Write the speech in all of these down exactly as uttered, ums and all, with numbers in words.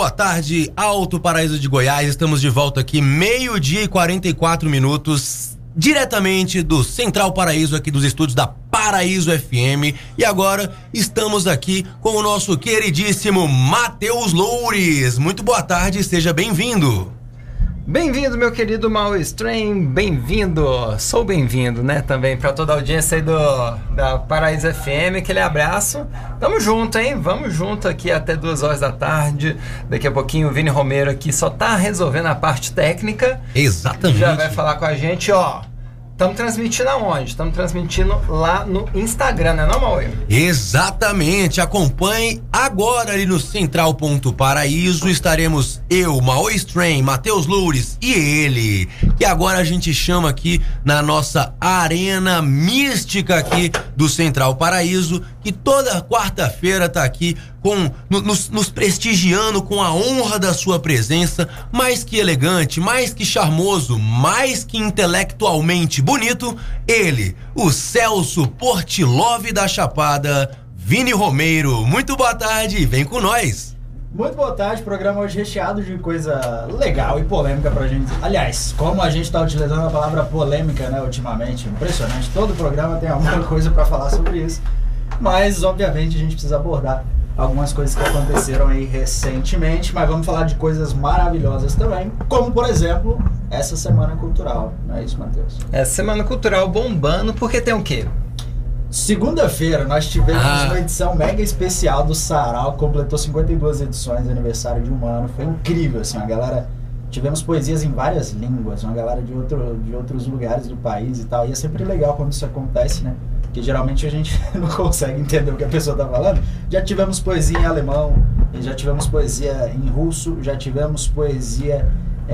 boa tarde, Alto Paraíso de Goiás. Estamos de volta aqui, meio-dia e quarenta e quatro minutos, diretamente do Central Paraíso, aqui dos estúdios da Paraíso F M. E agora estamos aqui com o nosso queridíssimo Matheus Loures. Muito boa tarde, seja bem-vindo. Bem-vindo, meu querido Mau Stream, bem-vindo, sou bem-vindo, né, também para toda a audiência aí do, da Paraíso F M, aquele abraço, tamo junto, hein, vamos junto aqui até duas horas da tarde, daqui a pouquinho o Vini Romero aqui só tá resolvendo a parte técnica. Exatamente. Já vai falar com a gente, ó. Estamos transmitindo aonde? Estamos transmitindo lá no Instagram, né não, Maui? Exatamente, acompanhe agora ali no Central Ponto Paraíso, estaremos eu, Maui Strain, Matheus Loures e ele, que agora a gente chama aqui na nossa arena mística aqui do Central Paraíso, que toda quarta-feira tá aqui com, nos, nos prestigiando com a honra da sua presença, mais que elegante, mais que charmoso, mais que intelectualmente bonito, ele, o Celso Portilove da Chapada, Vini Romero. Muito boa tarde, vem com nós. Muito boa tarde, programa hoje recheado de coisa legal e polêmica pra gente. Aliás, como a gente tá utilizando a palavra polêmica, né, ultimamente, impressionante, todo programa tem alguma coisa pra falar sobre isso, mas obviamente a gente precisa abordar algumas coisas que aconteceram aí recentemente, mas vamos falar de coisas maravilhosas também, como por exemplo, essa Semana Cultural, não é isso, Matheus? Essa Semana Cultural bombando, porque tem o quê? Segunda-feira nós tivemos ah. uma edição mega especial do Sarau, que completou cinquenta e duas edições, aniversário de um ano, foi incrível, assim, a galera, tivemos poesias em várias línguas, uma galera de, outro, de outros lugares do país e tal, e é sempre legal quando isso acontece, né? Porque geralmente a gente não consegue entender o que a pessoa está falando. Já tivemos poesia em alemão, já tivemos poesia em russo, já tivemos poesia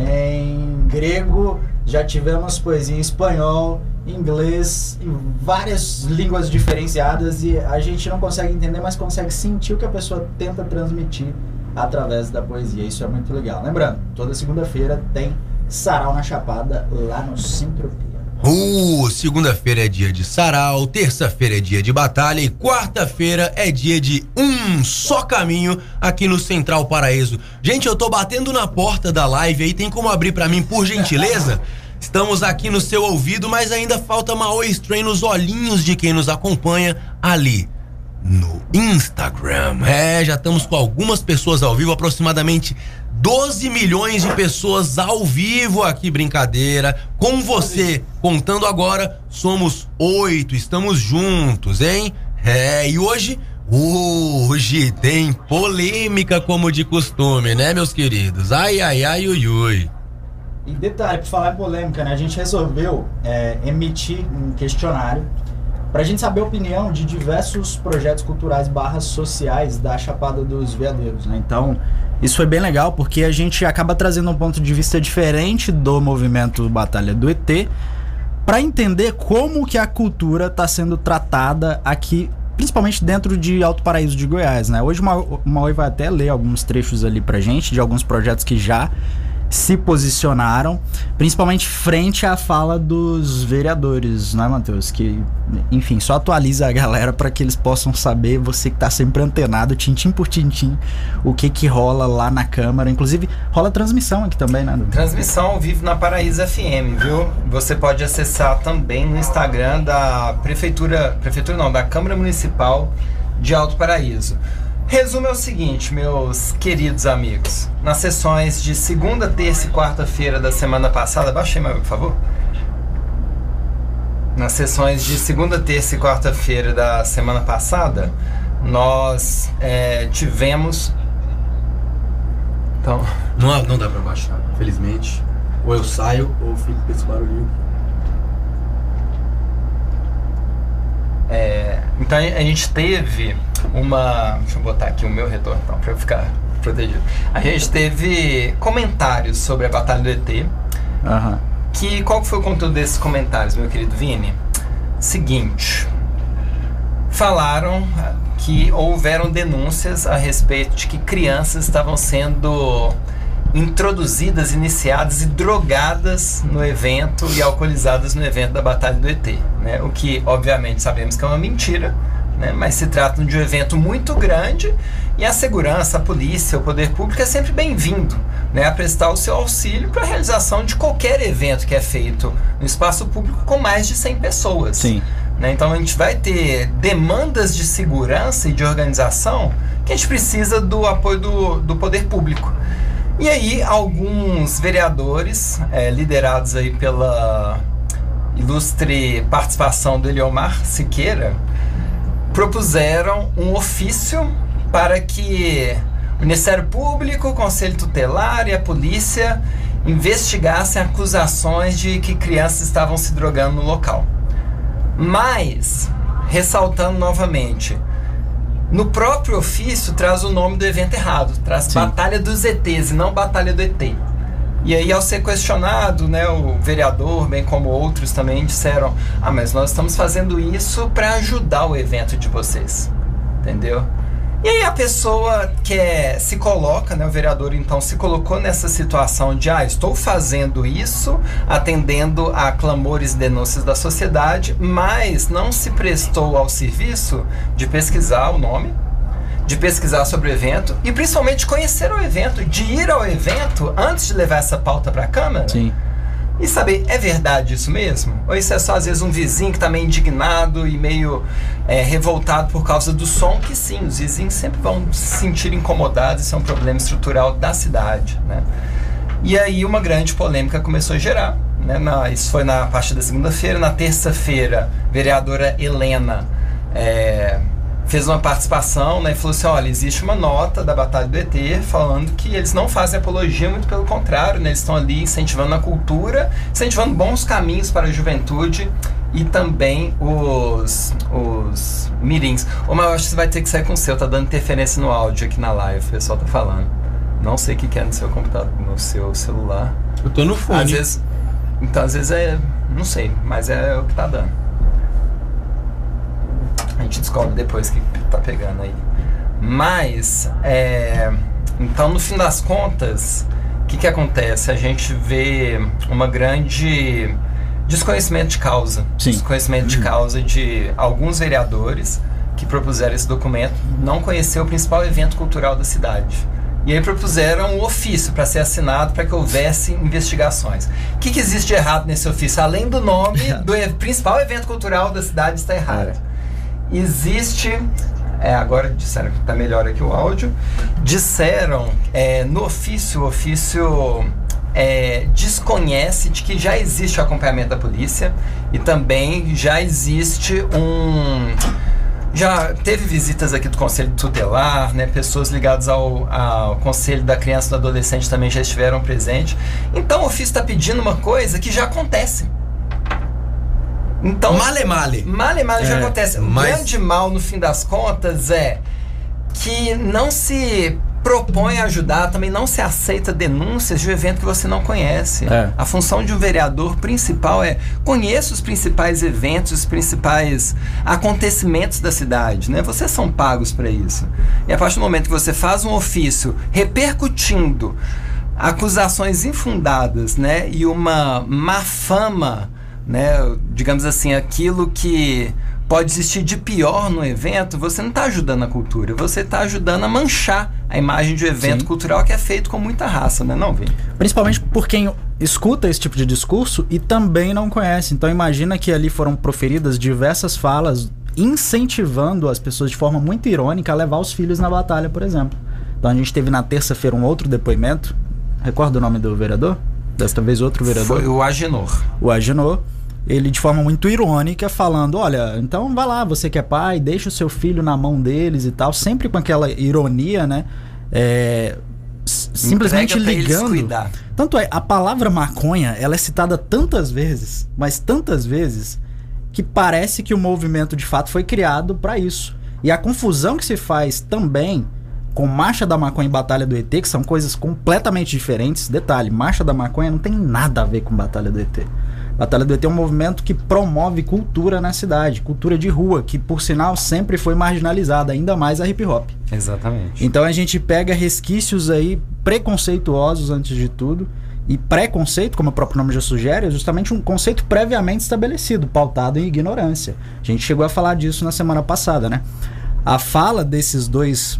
em grego, já tivemos poesia em espanhol, inglês, em várias línguas diferenciadas, e a gente não consegue entender, mas consegue sentir o que a pessoa tenta transmitir através da poesia. Isso é muito legal. Lembrando, toda segunda-feira tem Sarau na Chapada, lá no Sintropia. Uh, segunda-feira é dia de sarau, terça-feira é dia de batalha e quarta-feira é dia de um só caminho aqui no Central Paraíso. Gente, eu tô batendo na porta da live aí, tem como abrir pra mim, por gentileza? Estamos aqui no seu ouvido, mas ainda falta Maui Strain nos olhinhos de quem nos acompanha ali no Instagram. É, já estamos com algumas pessoas ao vivo, aproximadamente doze milhões de pessoas ao vivo aqui, brincadeira. Com você, contando agora, somos oito, estamos juntos, hein? É, e hoje, hoje tem polêmica como de costume, né, meus queridos? Ai, ai, ai, ui, ui. E detalhe, por falar em polêmica, né, a gente resolveu é, emitir um questionário pra gente saber a opinião de diversos projetos culturais barras sociais da Chapada dos Veadeiros, né? Então, isso foi bem legal porque a gente acaba trazendo um ponto de vista diferente do movimento Batalha do E T para entender como que a cultura está sendo tratada aqui, principalmente dentro de Alto Paraíso de Goiás, né? Hoje o Maui vai até ler alguns trechos ali pra gente de alguns projetos que já se posicionaram, principalmente frente à fala dos vereadores, né, Matheus? Que, enfim, só atualiza a galera para que eles possam saber, você que tá sempre antenado, tintim por tintim, o que que rola lá na Câmara. Inclusive, rola transmissão aqui também, né? Transmissão ao vivo na Paraíso F M, viu? Você pode acessar também no Instagram da Prefeitura, Prefeitura não, da Câmara Municipal de Alto Paraíso. Resumo é o seguinte, meus queridos amigos. Nas sessões de segunda, terça e quarta-feira da semana passada... Baixa aí, por favor. Nas sessões de segunda, terça e quarta-feira da semana passada, nós é, tivemos... Então... Não, não dá pra baixar, felizmente. Ou eu saio, ou fico com esse barulhinho aqui. É, então a gente teve uma... Deixa eu botar aqui o meu retorno então, pra eu ficar protegido. A gente teve comentários sobre a Batalha do E T. Uhum. Que, qual foi o conteúdo desses comentários, meu querido Vini? Seguinte. Falaram que houveram denúncias a respeito de que crianças estavam sendo introduzidas, iniciadas e drogadas no evento e alcoolizadas no evento da Batalha do E T, né? O que obviamente sabemos que é uma mentira, né? Mas se trata de um evento muito grande E a segurança, a polícia, o poder público é sempre bem-vindo, né, a prestar o seu auxílio para a realização de qualquer evento que é feito no espaço público com mais de cem pessoas. Sim. Né? Então a gente vai ter demandas de segurança e de organização que a gente precisa do apoio do, do poder público. E aí alguns vereadores, é, liderados aí pela ilustre participação do Eliomar Siqueira, propuseram um ofício para que o Ministério Público, o Conselho Tutelar e a polícia investigassem acusações de que crianças estavam se drogando no local. Mas, ressaltando novamente, no próprio ofício traz o nome do evento errado, traz Sim. Batalha dos E Tês e não Batalha do E T. E aí, ao ser questionado, né, o vereador, bem como outros também, disseram: ah, mas nós estamos fazendo isso para ajudar o evento de vocês, entendeu? E aí a pessoa que é, se coloca, né, o vereador então se colocou nessa situação de: ah, estou fazendo isso, atendendo a clamores e denúncias da sociedade, mas não se prestou ao serviço de pesquisar o nome, de pesquisar sobre o evento e principalmente conhecer o evento, de ir ao evento antes de levar essa pauta para a Câmara. Sim. E saber, é verdade isso mesmo? Ou isso é só às vezes um vizinho que está meio indignado e meio é, revoltado por causa do som? Que sim, os vizinhos sempre vão se sentir incomodados, isso é um problema estrutural da cidade, né? E aí uma grande polêmica começou a gerar, né? Na, isso foi na parte da segunda-feira. Na terça-feira, a vereadora Helena é, fez uma participação, né, e falou assim: olha, existe uma nota da Batalha do E T falando que eles não fazem apologia, muito pelo contrário, né, eles estão ali incentivando a cultura, incentivando bons caminhos para a juventude e também os, os mirins. Ô, mas eu acho que você vai ter que sair com o seu, tá dando interferência no áudio aqui na live, o pessoal tá falando. Não sei o que, que é no seu computador, no seu celular. Eu tô no fone. Às vezes, então às vezes é, não sei, mas é o que tá dando. A gente descobre depois que tá pegando aí. Mas, é, então, no fim das contas, o que que acontece? A gente vê uma grande desconhecimento de causa. Sim. Desconhecimento de causa de alguns vereadores que propuseram esse documento, não conhecer o principal evento cultural da cidade. E aí propuseram um ofício para ser assinado para que houvesse investigações. O que que existe de errado nesse ofício? Além do nome do e- principal evento cultural da cidade está errado. É. Existe, é, agora disseram que está melhor aqui o áudio, disseram é, no ofício, o ofício é, desconhece de que já existe o acompanhamento da polícia e também já existe um... Já teve visitas aqui do Conselho Tutelar, né, pessoas ligadas ao, ao Conselho da Criança e do Adolescente também já estiveram presentes. Então o ofício está pedindo uma coisa que já acontece. Então, male male. Male male já é, acontece. O mas... grande mal, no fim das contas, é que não se propõe a ajudar, também não se aceita denúncias de um evento que você não conhece. É. A função de um vereador principal é: conheça os principais eventos, os principais acontecimentos da cidade, né? Vocês são pagos para isso. E a partir do momento que você faz um ofício repercutindo acusações infundadas, né, e uma má fama, né, digamos assim, aquilo que pode existir de pior no evento, você não está ajudando a cultura, você está ajudando a manchar a imagem de um evento Sim. cultural que é feito com muita raça, né, não, Vini? Principalmente por quem escuta esse tipo de discurso e também não conhece. Então imagina que ali foram proferidas diversas falas incentivando as pessoas de forma muito irônica a levar os filhos na batalha, por exemplo. Então a gente teve na terça-feira um outro depoimento. Recorda o nome do vereador? Desta vez outro vereador. Foi o Agenor. O Agenor. Ele de forma muito irônica falando: olha, então vai lá, você que é pai, deixa o seu filho na mão deles e tal, sempre com aquela ironia, né? É, simplesmente ligando. Tanto é, a palavra maconha, ela é citada tantas vezes, mas tantas vezes, que parece que o movimento de fato foi criado para isso. E a confusão que se faz também com Marcha da Maconha e Batalha do E T, que são coisas completamente diferentes. Detalhe, Marcha da Maconha não tem nada a ver com Batalha do E T. Batalha do E T é um movimento que promove cultura na cidade, cultura de rua, que por sinal sempre foi marginalizada, ainda mais a hip hop. Exatamente. Então a gente pega resquícios aí preconceituosos antes de tudo, e preconceito, como o próprio nome já sugere, é justamente um conceito previamente estabelecido, pautado em ignorância. A gente chegou a falar disso na semana passada, né? A fala desses dois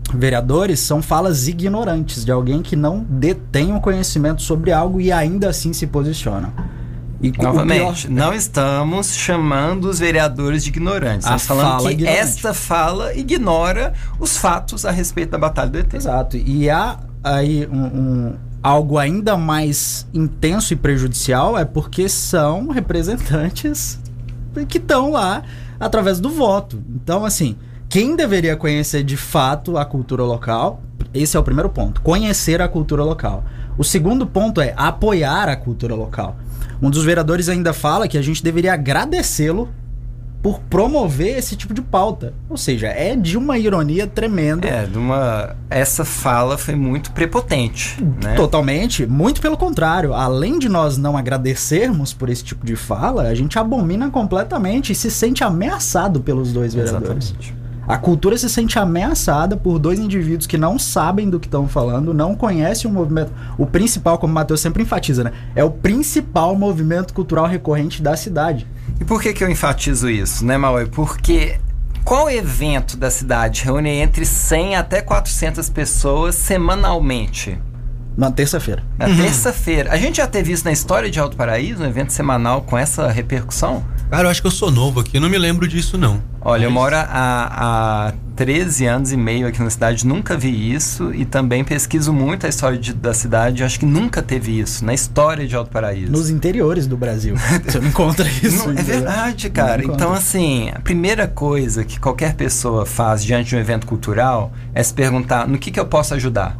vereadores são falas ignorantes de alguém que não detém o conhecimento sobre algo e ainda assim se posiciona. E novamente, pior... não estamos chamando os vereadores de ignorantes. Estamos falando que ignorante. Esta fala ignora os fatos a respeito da Batalha do E T. Exato. E há aí um, um, algo ainda mais intenso e prejudicial, é porque são representantes que estão lá através do voto. Então, assim, quem deveria conhecer de fato a cultura local, esse é o primeiro ponto, conhecer a cultura local. O segundo ponto é apoiar a cultura local. Um dos vereadores ainda fala que a gente deveria agradecê-lo por promover esse tipo de pauta. Ou seja, é de uma ironia tremenda. É, de uma... essa fala foi muito prepotente, né? Totalmente. Muito pelo contrário. Além de nós não agradecermos por esse tipo de fala, a gente abomina completamente e se sente ameaçado pelos dois vereadores. Exatamente. A cultura se sente ameaçada por dois indivíduos que não sabem do que estão falando, não conhecem o movimento. O principal, como o Matheus sempre enfatiza, né? É o principal movimento cultural recorrente da cidade. E por que que eu enfatizo isso, né, Mauê? Porque qual evento da cidade reúne entre cem até quatrocentas pessoas semanalmente? Na terça-feira. Na uhum. terça-feira. A gente já teve isso na história de Alto Paraíso, um evento semanal com essa repercussão? Cara, eu acho que eu sou novo aqui, não me lembro disso, não. Olha, eu moro há, há treze anos e meio aqui na cidade, nunca vi isso, e também pesquiso muito a história de, da cidade, eu acho que nunca teve isso, na história de Alto Paraíso. Nos interiores do Brasil, você não encontra isso. Não, é verdade, cara. Então, assim, a primeira coisa que qualquer pessoa faz diante de um evento cultural é se perguntar, no que que eu posso ajudar?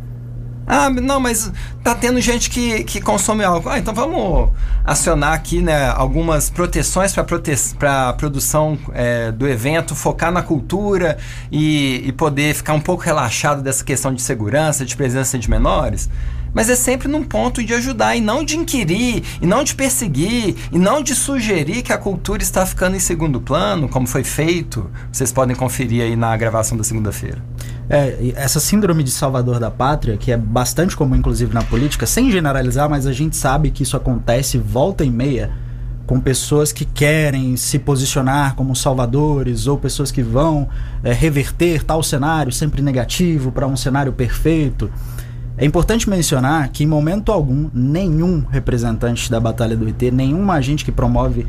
Ah, não, mas tá tendo gente que, que consome álcool. Ah, então vamos acionar aqui, né, algumas proteções para prote a produção é, do evento, focar na cultura e, e poder ficar um pouco relaxado dessa questão de segurança, de presença de menores. Mas é sempre num ponto de ajudar e não de inquirir, e não de perseguir, e não de sugerir que a cultura está ficando em segundo plano, como foi feito. Vocês podem conferir aí na gravação da segunda-feira. É, essa síndrome de salvador da pátria, que é bastante comum inclusive na política, sem generalizar, mas a gente sabe que isso acontece volta e meia com pessoas que querem se posicionar como salvadores ou pessoas que vão é, reverter tal cenário sempre negativo para um cenário perfeito. É importante mencionar que em momento algum, nenhum representante da Batalha do E T, nenhum agente que promove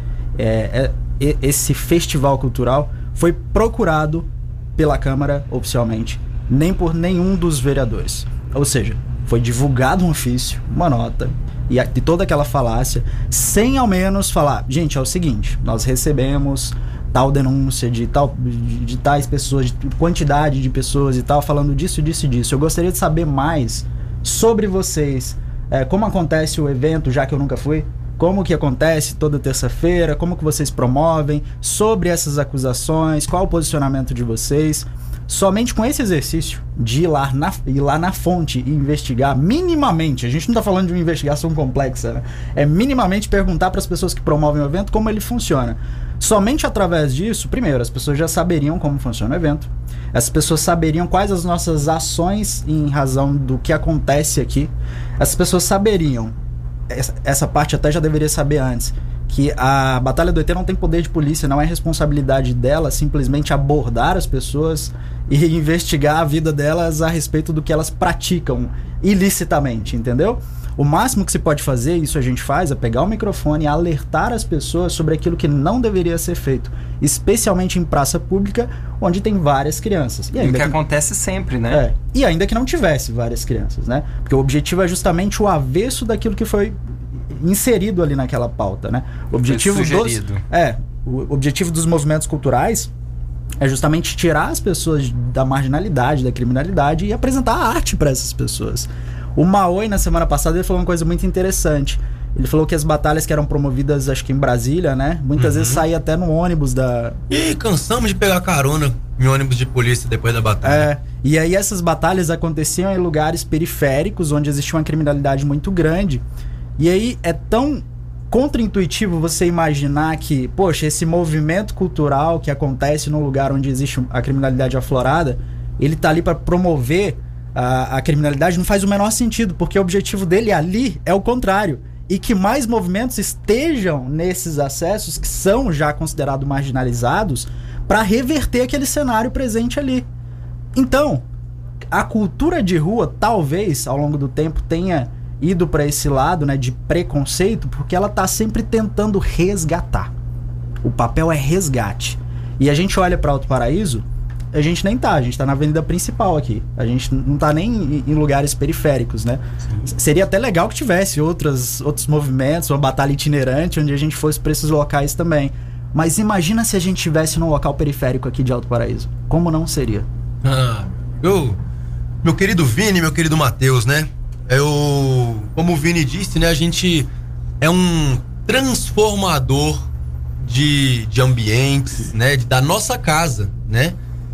é, é, esse festival cultural foi procurado pela Câmara oficialmente, nem por nenhum dos vereadores. Ou seja, foi divulgado um ofício, uma nota, e, a, e toda aquela falácia, sem ao menos falar, gente, é o seguinte, nós recebemos tal denúncia de, tal, de, de tais pessoas, de quantidade de pessoas e tal, falando disso, disso e disso. Eu gostaria de saber mais sobre vocês, é, como acontece o evento, já que eu nunca fui, como que acontece toda terça-feira, como que vocês promovem, sobre essas acusações, qual o posicionamento de vocês. Somente com esse exercício de ir lá na, ir lá na fonte e investigar minimamente, a gente não está falando de uma investigação complexa, né? É minimamente perguntar para as pessoas que promovem o evento como ele funciona. Somente através disso, primeiro, as pessoas já saberiam como funciona o evento, as pessoas saberiam quais as nossas ações em razão do que acontece aqui, as pessoas saberiam, essa, essa parte até já deveria saber antes, que a Batalha do E T não tem poder de polícia, não é responsabilidade dela simplesmente abordar as pessoas e investigar a vida delas a respeito do que elas praticam ilicitamente, entendeu? O máximo que se pode fazer, isso a gente faz, é pegar o microfone e alertar as pessoas sobre aquilo que não deveria ser feito, especialmente em praça pública, onde tem várias crianças. E, ainda e o que, que acontece sempre, né? É, e ainda que não tivesse várias crianças, né? Porque o objetivo é justamente o avesso daquilo que foi inserido ali naquela pauta, né? O objetivo dos, é, o objetivo dos movimentos culturais é justamente tirar as pessoas da marginalidade, da criminalidade e apresentar a arte para essas pessoas. O Maoi, na semana passada, ele falou uma coisa muito interessante. Ele falou que as batalhas que eram promovidas, acho que em Brasília, né? Muitas uhum. vezes saía até no ônibus da... E cansamos de pegar carona em ônibus de polícia depois da batalha. É, e aí essas batalhas aconteciam em lugares periféricos, onde existia uma criminalidade muito grande. E aí é tão contraintuitivo você imaginar que, poxa, esse movimento cultural que acontece num lugar onde existe a criminalidade aflorada, ele tá ali para promover a, a criminalidade, não faz o menor sentido, porque o objetivo dele ali é o contrário. E que mais movimentos estejam nesses acessos que são já considerados marginalizados para reverter aquele cenário presente ali. Então, a cultura de rua, talvez, ao longo do tempo, tenha ido para esse lado, né, de preconceito, porque ela tá sempre tentando resgatar. O papel é resgate. E a gente olha para Alto Paraíso, a gente nem tá, a gente tá na avenida principal aqui. A gente não tá nem em, em lugares periféricos, né? Sim. Seria até legal que tivesse outras, outros movimentos, uma batalha itinerante, onde a gente fosse para esses locais também. Mas imagina se a gente estivesse num local periférico aqui de Alto Paraíso. Como não seria? Ah, eu... Meu querido Vini, meu querido Matheus, né? Eu... Como o Vini disse, né? A gente é um transformador de, de ambientes, né? Da nossa casa, né?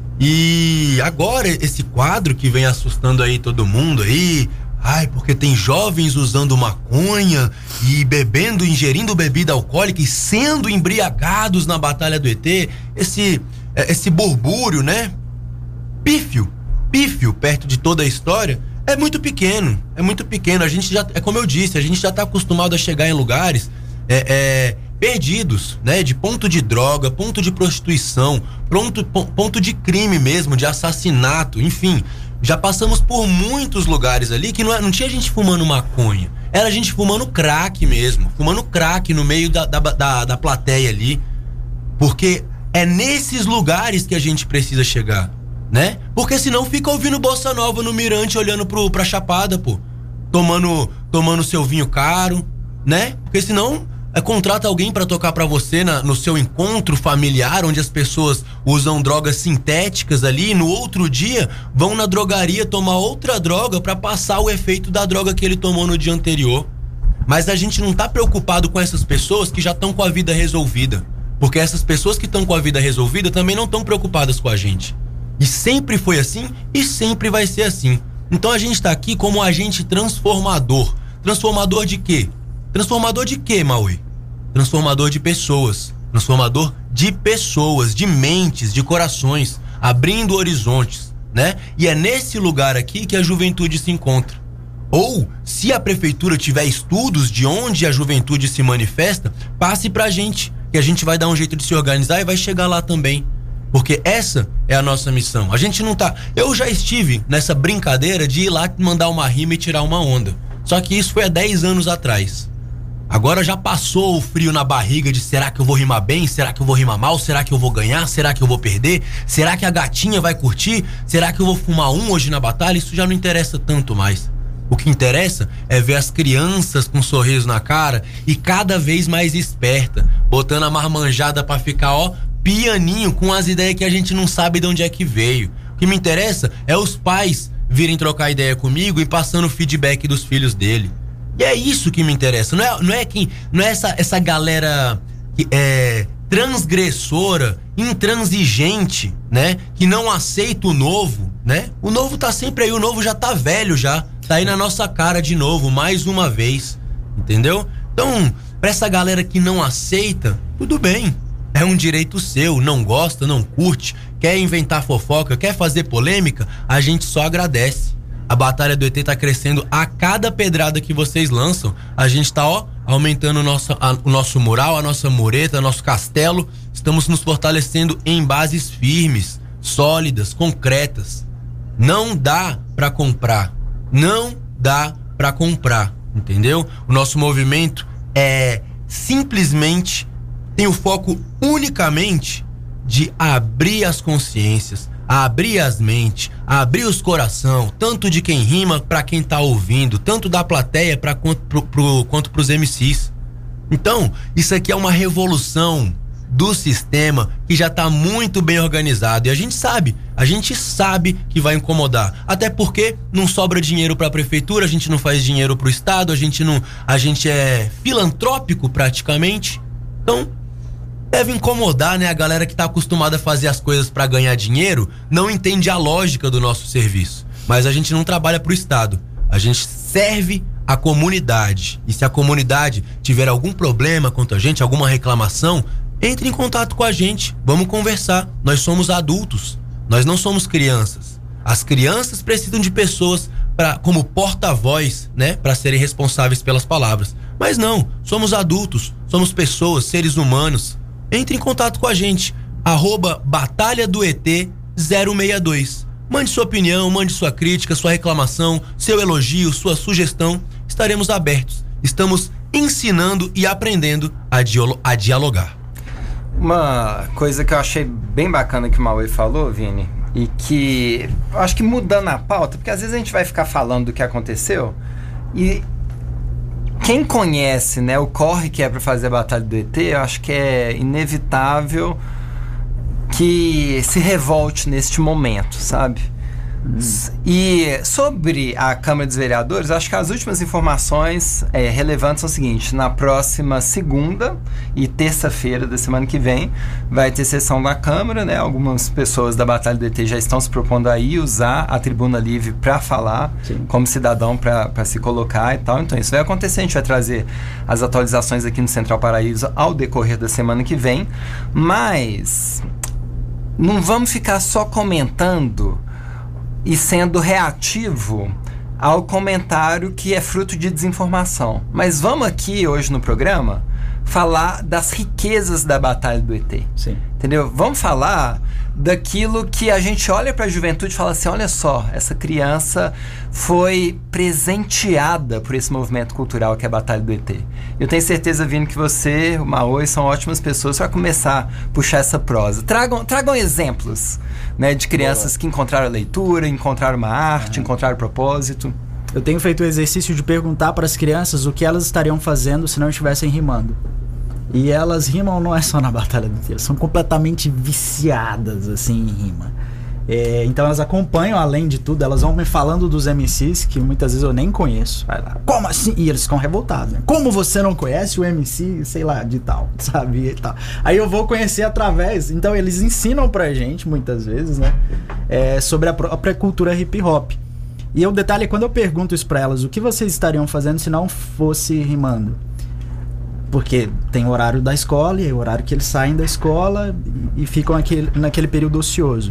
E agora esse quadro que vem assustando aí todo mundo aí, ai, porque tem jovens usando maconha e bebendo, ingerindo bebida alcoólica e sendo embriagados na Batalha do E T, esse, esse burbúrio, né? Pífio, pífio perto de toda a história, é muito pequeno, é muito pequeno. A gente já, é como eu disse, a gente já tá acostumado a chegar em lugares é, é, perdidos, né? De ponto de droga, ponto de prostituição, ponto, ponto de crime mesmo, de assassinato, enfim. Já passamos por muitos lugares ali que não, não tinha gente fumando maconha. Era gente fumando crack mesmo, fumando crack no meio da, da, da, da plateia ali. Porque é nesses lugares que a gente precisa chegar, né? Porque senão fica ouvindo Bossa Nova no Mirante, olhando pro, pra Chapada, pô. Tomando, tomando seu vinho caro, né? Porque senão... É, contrata alguém para tocar para você na, no seu encontro familiar, onde as pessoas usam drogas sintéticas ali, e no outro dia vão na drogaria tomar outra droga para passar o efeito da droga que ele tomou no dia anterior. Mas a gente não tá preocupado com essas pessoas que já estão com a vida resolvida, porque essas pessoas que estão com a vida resolvida também não estão preocupadas com a gente. E sempre foi assim e sempre vai ser assim. Então a gente tá aqui como agente transformador. Transformador de quê? Transformador de quê, Maui? Transformador de pessoas, transformador de pessoas, de mentes, de corações, abrindo horizontes, né? E é nesse lugar aqui que a juventude se encontra. Ou, se a prefeitura tiver estudos de onde a juventude se manifesta, passe pra gente, que a gente vai dar um jeito de se organizar e vai chegar lá também. Porque essa é a nossa missão. A gente não tá... Eu já estive nessa brincadeira de ir lá mandar uma rima e tirar uma onda. Só que isso foi há dez anos atrás. Agora já passou o frio na barriga de será que eu vou rimar bem? Será que eu vou rimar mal? Será que eu vou ganhar? Será que eu vou perder? Será que a gatinha vai curtir? Será que eu vou fumar um hoje na batalha? Isso já não interessa tanto mais. O que interessa é ver as crianças com um sorriso na cara e cada vez mais esperta, botando a marmanjada pra ficar, ó, pianinho, com as ideias que a gente não sabe de onde é que veio. O que me interessa é os pais virem trocar ideia comigo e passando o feedback dos filhos dele. E é isso que me interessa, não é, não é, quem, não é essa, essa galera que é transgressora, intransigente, né? Que não aceita o novo, né? O novo tá sempre aí, o novo já tá velho já, tá aí na nossa cara de novo, mais uma vez, entendeu? Então, pra essa galera que não aceita, tudo bem, é um direito seu, não gosta, não curte, quer inventar fofoca, quer fazer polêmica, a gente só agradece. A Batalha do E T tá crescendo a cada pedrada que vocês lançam. A gente tá, ó, aumentando o nosso, a, o nosso mural, a nossa mureta, nosso castelo. Estamos nos fortalecendo em bases firmes, sólidas, concretas. Não dá pra comprar. Não dá pra comprar, entendeu? O nosso movimento é simplesmente, tem o foco unicamente de abrir as consciências, a abrir as mentes, a abrir os coração, tanto de quem rima pra quem tá ouvindo, tanto da plateia pra, quanto, pro, pro, quanto pros M Cs. Então, isso aqui é uma revolução do sistema que já tá muito bem organizado. E a gente sabe, a gente sabe que vai incomodar. Até porque não sobra dinheiro pra prefeitura, a gente não faz dinheiro pro estado, a gente não, a gente é filantrópico praticamente. Então, deve incomodar, né? A galera que tá acostumada a fazer as coisas pra ganhar dinheiro não entende a lógica do nosso serviço. Mas a gente não trabalha pro estado, a gente serve a comunidade. E se a comunidade tiver algum problema contra a gente, alguma reclamação, entre em contato com a gente, vamos conversar. Nós somos adultos, nós não somos crianças. As crianças precisam de pessoas pra, como porta-voz, né, para serem responsáveis pelas palavras. Mas não, somos adultos, somos pessoas, seres humanos. Entre em contato com a gente, arroba Batalha do E T zero seis dois, Mande sua opinião, mande sua crítica, sua reclamação, seu elogio, sua sugestão. Estaremos abertos. Estamos ensinando e aprendendo a, dialo- a dialogar. Uma coisa que eu achei bem bacana que o Mauê falou, Vini, e que eu acho que mudando a pauta, porque às vezes a gente vai ficar falando do que aconteceu e quem conhece, né, o corre que é para fazer a Batalha do E T, eu acho que é inevitável que se revolte neste momento, sabe? Hum. E sobre a Câmara dos Vereadores, acho que as últimas informações é, relevantes são o seguinte: na próxima segunda e terça-feira da semana que vem vai ter sessão da Câmara, né? Algumas pessoas da Batalha do E T já estão se propondo aí usar a tribuna livre para falar, sim, como cidadão, para se colocar e tal. Então isso vai acontecer, a gente vai trazer as atualizações aqui no Central Paraíso ao decorrer da semana que vem, mas não vamos ficar só comentando e sendo reativo ao comentário que é fruto de desinformação. Mas vamos aqui hoje no programa falar das riquezas da Batalha do E T. Sim. Entendeu? Vamos falar daquilo que a gente olha para a juventude e fala assim: olha só, essa criança foi presenteada por esse movimento cultural que é a Batalha do E T. Eu tenho certeza, Vini, que você, o Mauê, são ótimas pessoas para começar a puxar essa prosa. Tragam, tragam exemplos, né, de crianças Boa. que encontraram a leitura, encontraram uma arte, uhum. encontraram propósito. Eu tenho feito o exercício de perguntar para as crianças o que elas estariam fazendo se não estivessem rimando. E elas rimam não é só na Batalha do E T, são completamente viciadas assim em rima. É, então elas acompanham, além de tudo, elas vão me falando dos M Cs que muitas vezes eu nem conheço. Vai lá, como assim? E eles ficam revoltados, né? Como você não conhece o M C, sei lá, de tal, sabe? E tal. Aí eu vou conhecer através. Então eles ensinam pra gente, muitas vezes, né? É, sobre a própria cultura hip hop. E o detalhe é quando eu pergunto isso pra elas: o que vocês estariam fazendo se não fosse rimando? Porque tem o horário da escola e é o horário que eles saem da escola e, e ficam aquele, naquele período ocioso.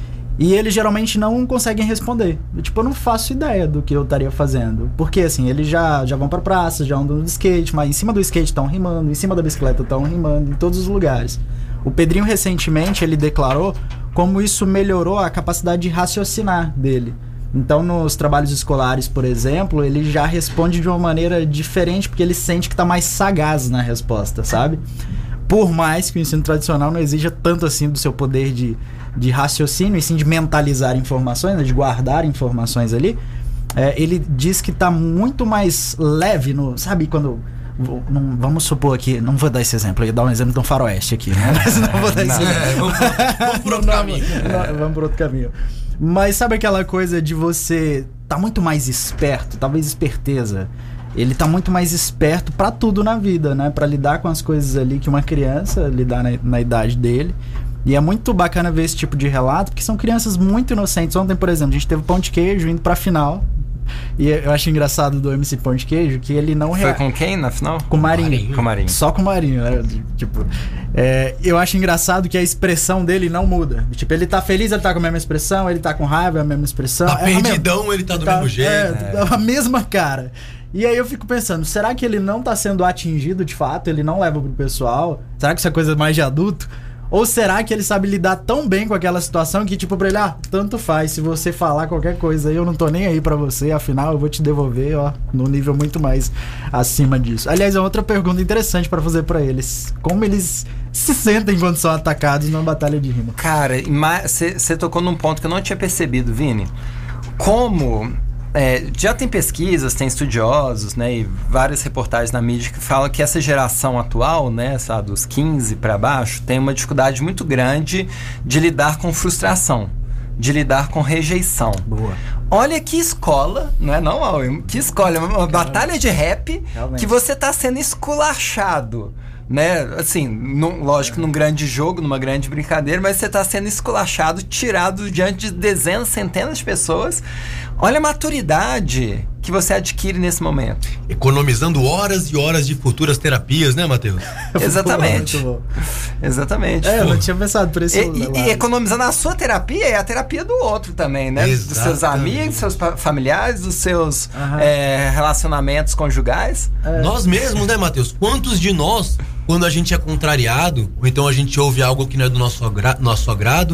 E eles geralmente não conseguem responder. Eu, tipo, eu não faço ideia do que eu estaria fazendo. Porque, assim, eles já, já vão pra praça, já andam no skate, mas em cima do skate estão rimando, em cima da bicicleta estão rimando, em todos os lugares. O Pedrinho, recentemente, ele declarou como isso melhorou a capacidade de raciocinar dele. Então, nos trabalhos escolares, por exemplo, ele já responde de uma maneira diferente, porque ele sente que tá mais sagaz na resposta, sabe? Por mais que o ensino tradicional não exija tanto assim do seu poder de, de raciocínio, e sim de mentalizar informações, né, de guardar informações ali, é, ele diz que tá muito mais leve no... Sabe quando... Não, vamos supor aqui, não vou dar esse exemplo, eu ia dar um exemplo de um faroeste aqui, né? Mas não vou dar esse exemplo. É, vamos, vamos por outro não, caminho. Não, vamos por outro caminho. Mas sabe aquela coisa de você tá muito mais esperto, talvez esperteza. Ele tá muito mais esperto pra tudo na vida, né? Pra lidar com as coisas ali que uma criança lidar na, na idade dele. E é muito bacana ver esse tipo de relato, porque são crianças muito inocentes. Ontem, por exemplo, a gente teve Pão de Queijo indo pra final. E eu acho engraçado do M C Pão de Queijo que ele não... Foi rea... com quem na final? Com o Marinho. Marinho. Com o Marinho. Só com o Marinho, né? Tipo, é, eu acho engraçado que a expressão dele não muda. Tipo, ele tá feliz, ele tá com a mesma expressão, ele tá com raiva, é a mesma expressão. Tá é perdidão, mesma, ele tá do tá, mesmo jeito. É, é, a mesma cara. E aí eu fico pensando, será que ele não tá sendo atingido de fato? Ele não leva pro pessoal? Será que isso é coisa mais de adulto? Ou será que ele sabe lidar tão bem com aquela situação que, tipo, pra ele, ah, tanto faz, se você falar qualquer coisa aí, eu não tô nem aí pra você, afinal eu vou te devolver, ó, num nível muito mais acima disso. Aliás, é outra pergunta interessante pra fazer pra eles. Como eles se sentem quando são atacados numa batalha de rima? Cara, você tocou num ponto que eu não tinha percebido, Vini. Como... É, já tem pesquisas, tem estudiosos, né, e várias reportagens na mídia que falam que essa geração atual, né, sabe, dos quinze para baixo, tem uma dificuldade muito grande de lidar com frustração, de lidar com rejeição. Boa. Olha que escola, não é não, que escola, uma Caramba. batalha de rap. Realmente. Que você tá sendo esculachado, né, assim, num, lógico, num grande jogo, numa grande brincadeira, mas você tá sendo esculachado, tirado diante de dezenas, centenas de pessoas. Olha a maturidade que você adquire nesse momento. Economizando horas e horas de futuras terapias, né, Matheus? Exatamente. Muito bom. Exatamente. É, eu não tinha pensado por esse lado. E, e economizando a sua terapia e a terapia do outro também, né? Exatamente. Dos seus amigos, dos seus familiares, dos seus é, relacionamentos conjugais. É. Nós mesmos, né, Matheus? Quantos de nós, quando a gente é contrariado, ou então a gente ouve algo que não é do nosso, agra- nosso agrado,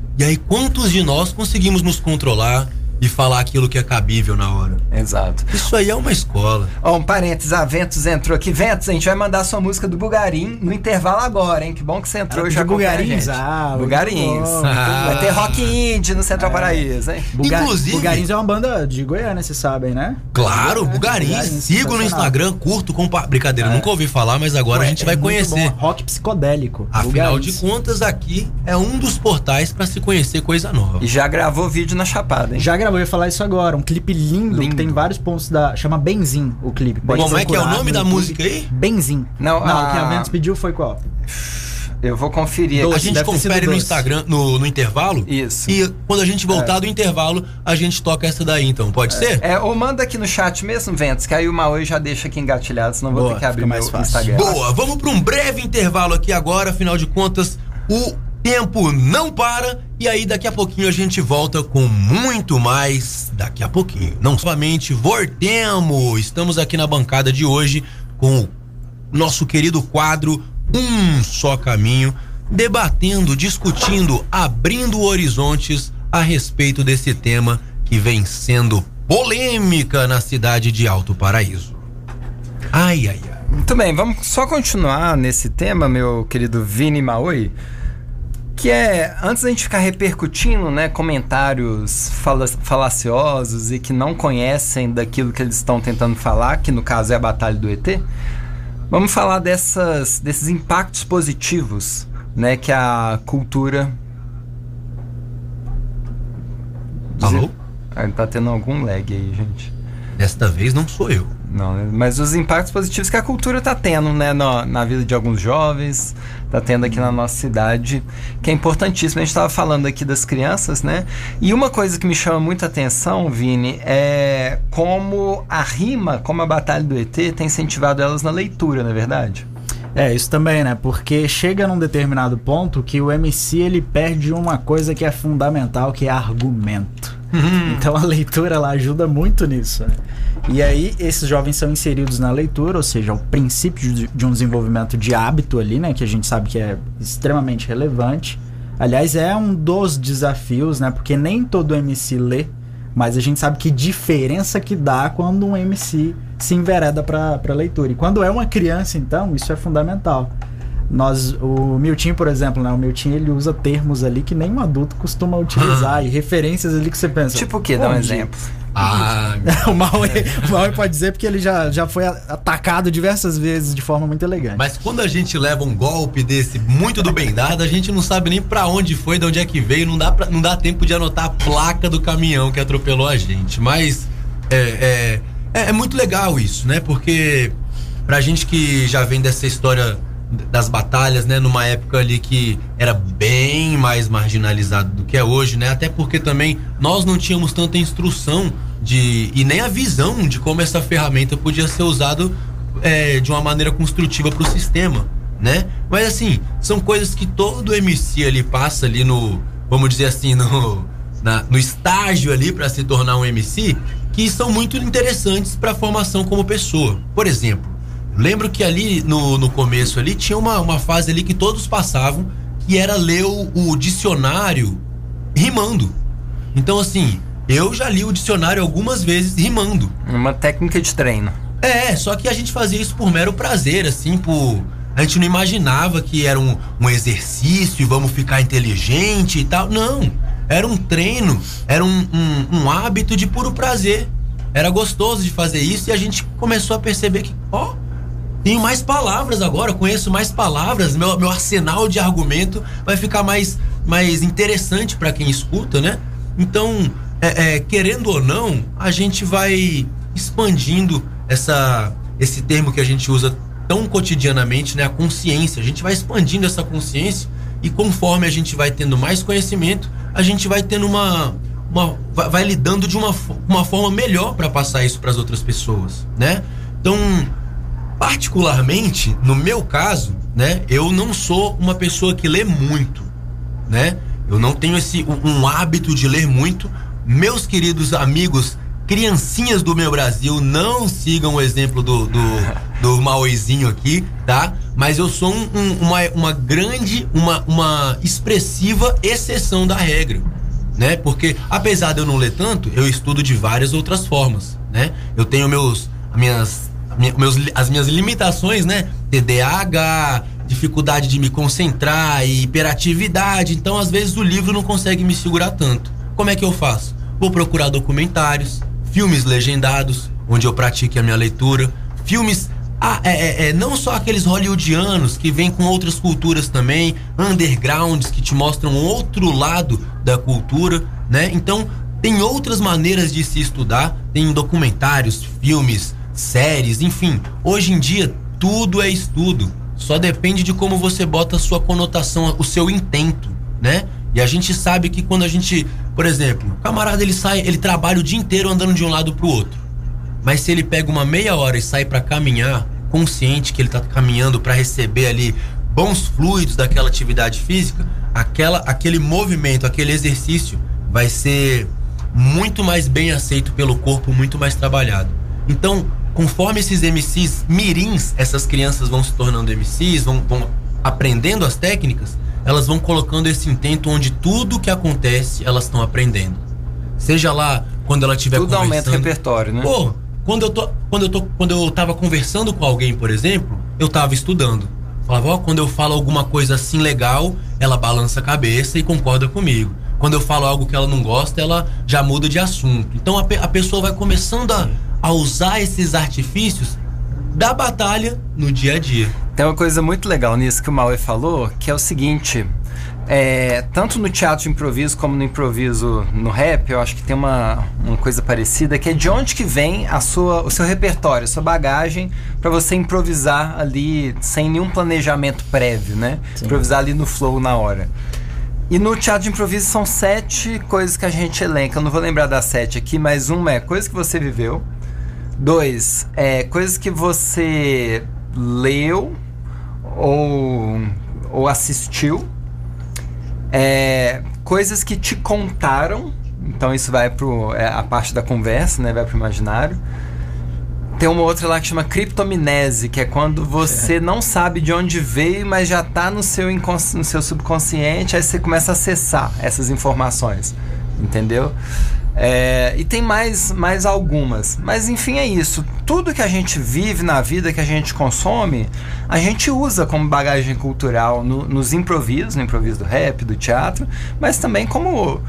E aí, quantos de nós conseguimos nos controlar e falar aquilo que é cabível na hora? Exato. Isso aí é uma escola. Ó, um parênteses, a Ventus entrou aqui. Ventus, a gente vai mandar sua música do Bugarim no intervalo agora, hein? Que bom que você entrou Ah, e já Bugarins, ah, Bugarins. muito bom. Ah. Vai ter rock indie no Central Paraíso, hein? Buga- Inclusive- Bugarins é uma banda de Goiânia, vocês sabem, né? Claro, É, Bugarins. Bugarins, Sigo no sensacional. Instagram, curto, compa... Brincadeira, É. nunca ouvi falar, mas agora Ué, a gente é vai muito conhecer. bom, rock psicodélico. Afinal Bugarins. de contas, aqui é um dos portais pra se conhecer coisa nova. E já gravou vídeo na Chapada, hein? Já gravou, eu ia falar isso agora. Um clipe lindo, Lindo. que tem vários pontos da. Chama Benzin o clipe. Pode Como é que é o procurar nome no da YouTube. música aí? Benzin. Não, Não, a- o que a Ventus pediu foi qual? Eu vou conferir A aqui. Doce, gente deve ter confere sido no doce. Instagram, no, no intervalo. Isso. E quando a gente voltar do intervalo, a gente toca essa daí, então. Pode ser? É, ou manda aqui no chat mesmo, Ventus, que aí o Maui já deixa aqui engatilhado, senão vou Boa, ter que abrir fica meu mais fácil. Instagram. Boa, vamos para um breve intervalo aqui agora, afinal de contas, o tempo não para e aí daqui a pouquinho a gente volta com muito mais daqui a pouquinho. Não somente voltemos, estamos aqui na bancada de hoje com o nosso querido quadro Um Só Caminho, debatendo, discutindo, abrindo horizontes a respeito desse tema que vem sendo polêmica na cidade de Alto Paraíso. Ai, ai, ai. Muito bem, vamos só continuar nesse tema, meu querido Vini Maui, que é, antes da gente ficar repercutindo, né, comentários fala- falaciosos e que não conhecem daquilo que eles estão tentando falar, que no caso é a Batalha do E T, vamos falar dessas, desses impactos positivos, né, que a cultura... Alô? Ah, tá tendo algum lag aí, gente. Desta vez não sou eu. Não, né? Mas os impactos positivos que a cultura tá tendo, né, na, na vida de alguns jovens, tá tendo aqui na nossa cidade, que é importantíssimo. A gente tava falando aqui das crianças, né? E uma coisa que me chama muita atenção, Vini, é como a rima, como a Batalha do E T tem incentivado elas na leitura, não é verdade? É, isso também, né? Porque chega num determinado ponto que o M C ele perde uma coisa que é fundamental, que é argumento. Então a leitura ela ajuda muito nisso, né? E aí esses jovens são inseridos na leitura, ou seja, o princípio de, de um desenvolvimento de hábito ali, né? Que a gente sabe que é extremamente relevante. Aliás, é um dos desafios, né? Porque nem todo M C lê, mas a gente sabe que diferença que dá quando um M C se envereda para para leitura. E quando é uma criança, então, isso é fundamental. Nós, o Miltinho, por exemplo, né? O Miltinho, ele usa termos ali que nem um adulto costuma utilizar e referências ali que você pensa. Tipo o quê? Dá um onde? exemplo. Ah, o Maui, o Maui pode dizer porque ele já, já foi atacado diversas vezes de forma muito elegante. mas quando a gente leva um golpe desse muito do bem dado, a gente não sabe nem pra onde foi, de onde é que veio, não dá, pra, não dá tempo de anotar a placa do caminhão que atropelou a gente. Mas é, é, é, é muito legal isso, né? Porque pra gente que já vem dessa história das batalhas, né, numa época ali que era bem mais marginalizado do que é hoje, né, até porque também nós não tínhamos tanta instrução de, e nem a visão de como essa ferramenta podia ser usada é, de uma maneira construtiva para o sistema, né, mas assim, são coisas que todo M C ali passa ali no, vamos dizer assim, no, na, no estágio ali para se tornar um M C, que são muito interessantes para a formação como pessoa. Por exemplo, lembro que ali no, no começo ali tinha uma, uma fase ali que todos passavam, que era ler o, o dicionário rimando. Então assim, eu já li o dicionário algumas vezes rimando. Uma técnica de treino. É, só que a gente fazia isso por mero prazer, assim, por... A gente não imaginava que era um, um exercício e vamos ficar inteligente e tal. Não, era um treino, era um, um, um hábito de puro prazer. Era gostoso de fazer isso e a gente começou a perceber que, ó, tenho mais palavras agora, conheço mais palavras, meu, meu arsenal de argumento vai ficar mais, mais interessante para quem escuta, né? Então, é, é, querendo ou não, a gente vai expandindo essa, esse termo que a gente usa tão cotidianamente, né? A consciência. A gente vai expandindo essa consciência e conforme a gente vai tendo mais conhecimento, a gente vai tendo uma... uma vai, vai lidando de uma, uma forma melhor para passar isso para as outras pessoas, né? Então... particularmente, no meu caso, né, eu não sou uma pessoa que lê muito, né? Eu não tenho esse um, um hábito de ler muito. Meus queridos amigos criancinhas do meu Brasil, não sigam o exemplo do, do, do Mauizinho aqui, tá? Mas eu sou um, um, uma, uma grande, uma, uma expressiva exceção da regra, né? Porque apesar de eu não ler tanto, eu estudo de várias outras formas, né? Eu tenho meus, minhas, meus, as minhas limitações, né? T D A H, dificuldade de me concentrar, hiperatividade. Então, às vezes, o livro não consegue me segurar tanto. Como é que eu faço? Vou procurar documentários, filmes legendados, onde eu pratique a minha leitura, filmes, ah, é, é, é, não só aqueles hollywoodianos que vêm com outras culturas também, undergrounds que te mostram outro lado da cultura, né? Então, tem outras maneiras de se estudar, tem documentários, filmes, séries, enfim. Hoje em dia, tudo é estudo. Só depende de como você bota a sua conotação, o seu intento, né? E a gente sabe que quando a gente, por exemplo, o camarada ele sai, ele trabalha o dia inteiro andando de um lado pro outro. Mas se ele pega uma meia hora e sai para caminhar, consciente que ele tá caminhando para receber ali bons fluidos daquela atividade física, aquela, aquele movimento, aquele exercício vai ser muito mais bem aceito pelo corpo, muito mais trabalhado. Então, conforme esses M Cs mirins, essas crianças vão se tornando M Cs, vão, vão aprendendo as técnicas, elas vão colocando esse intento onde tudo que acontece, elas estão aprendendo. Seja lá quando ela estiver conversando... Tudo aumenta o repertório, né? Pô, quando eu, tô, quando, eu tô, quando eu tava conversando com alguém, por exemplo, eu tava estudando. Falava, ó, quando eu falo alguma coisa assim legal, ela balança a cabeça e concorda comigo. Quando eu falo algo que ela não gosta, ela já muda de assunto. Então a, a pessoa vai começando a, a usar esses artifícios da batalha no dia a dia. Tem uma coisa muito legal nisso que o Maui falou, que é o seguinte, é, tanto no teatro de improviso como no improviso no rap, eu acho que tem uma, uma coisa parecida, que é de onde que vem a sua, o seu repertório, a sua bagagem para você improvisar ali sem nenhum planejamento prévio, né? Sim. Improvisar ali no flow na hora. E no teatro de improviso são sete coisas que a gente elenca, eu não vou lembrar das sete aqui, mas uma é coisa que você viveu, dois, é coisas que você leu ou, ou assistiu, é, coisas que te contaram, então isso vai pro é, a parte da conversa, né, vai pro imaginário. Tem uma outra lá que chama criptomnese, que é quando você é. não sabe de onde veio, mas já tá no seu, incons- no seu subconsciente, aí você começa a acessar essas informações, entendeu? É, e tem mais, mais algumas, mas enfim é isso, tudo que a gente vive na vida, que a gente consome, a gente usa como bagagem cultural no, nos improvisos, no improviso do rap, do teatro, mas também como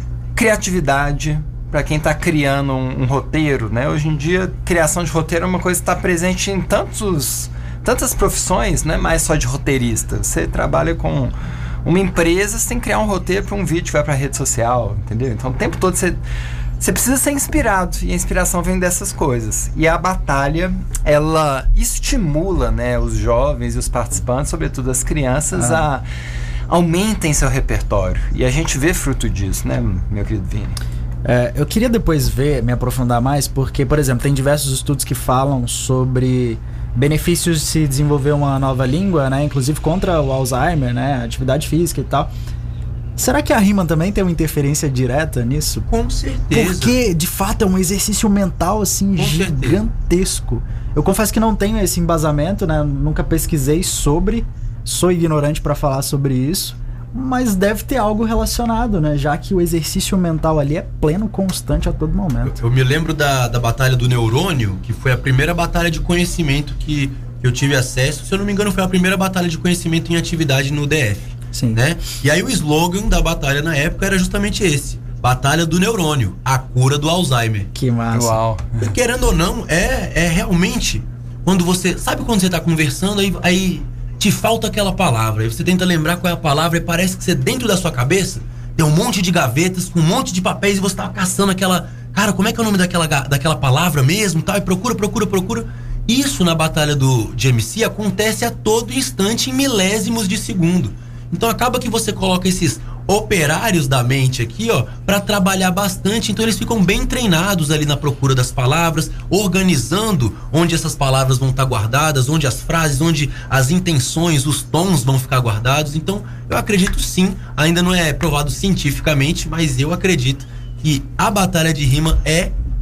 criatividade para quem está criando um, um roteiro, né? Hoje em dia, criação de roteiro é uma coisa que está presente em tantos, tantas profissões, não é mais só de roteirista. Você trabalha com uma empresa, você tem que criar um roteiro para um vídeo que vai para a rede social, entendeu? Então, o tempo todo você, você precisa ser inspirado, e a inspiração vem dessas coisas. E a batalha, ela estimula, né, os jovens e os participantes, sobretudo as crianças, ah. a aumentem seu repertório. E a gente vê fruto disso, né, meu querido Vini? É, eu queria depois ver, me aprofundar mais, porque, por exemplo, tem diversos estudos que falam sobre benefícios de se desenvolver uma nova língua, né? Inclusive contra o Alzheimer, né? Atividade física e tal. Será que a rima também tem uma interferência direta nisso? Com certeza. Porque, de fato, é um exercício mental, assim, Com gigantesco. certeza. Eu confesso que não tenho esse embasamento, né? Nunca pesquisei sobre, sou ignorante para falar sobre isso. Mas deve ter algo relacionado, né? Já que o exercício mental ali é pleno, constante a todo momento. Eu, eu me lembro da, da Batalha do Neurônio, que foi a primeira batalha de conhecimento que, que eu tive acesso. Se eu não me engano, foi a primeira batalha de conhecimento em atividade no D F. Sim. Né? E aí o slogan da batalha na época era justamente esse: Batalha do Neurônio, a cura do Alzheimer. Que massa. Uau. E, querendo ou não, é, é realmente quando você... Sabe quando você tá conversando, aí... aí te falta aquela palavra, aí você tenta lembrar qual é a palavra e parece que você, dentro da sua cabeça, tem um monte de gavetas com um monte de papéis e você tá caçando aquela... Cara, como é que é o nome daquela, daquela palavra mesmo, tal, e procura, procura, procura. Isso na batalha do, de M C acontece a todo instante, em milésimos de segundo. Então acaba que você coloca esses operários da mente aqui, ó, para trabalhar bastante. Então eles ficam bem treinados ali na procura das palavras, organizando onde essas palavras vão estar guardadas, onde as frases, onde as intenções, os tons vão ficar guardados. Então eu acredito sim, ainda não é provado cientificamente, mas eu acredito que a batalha de rima é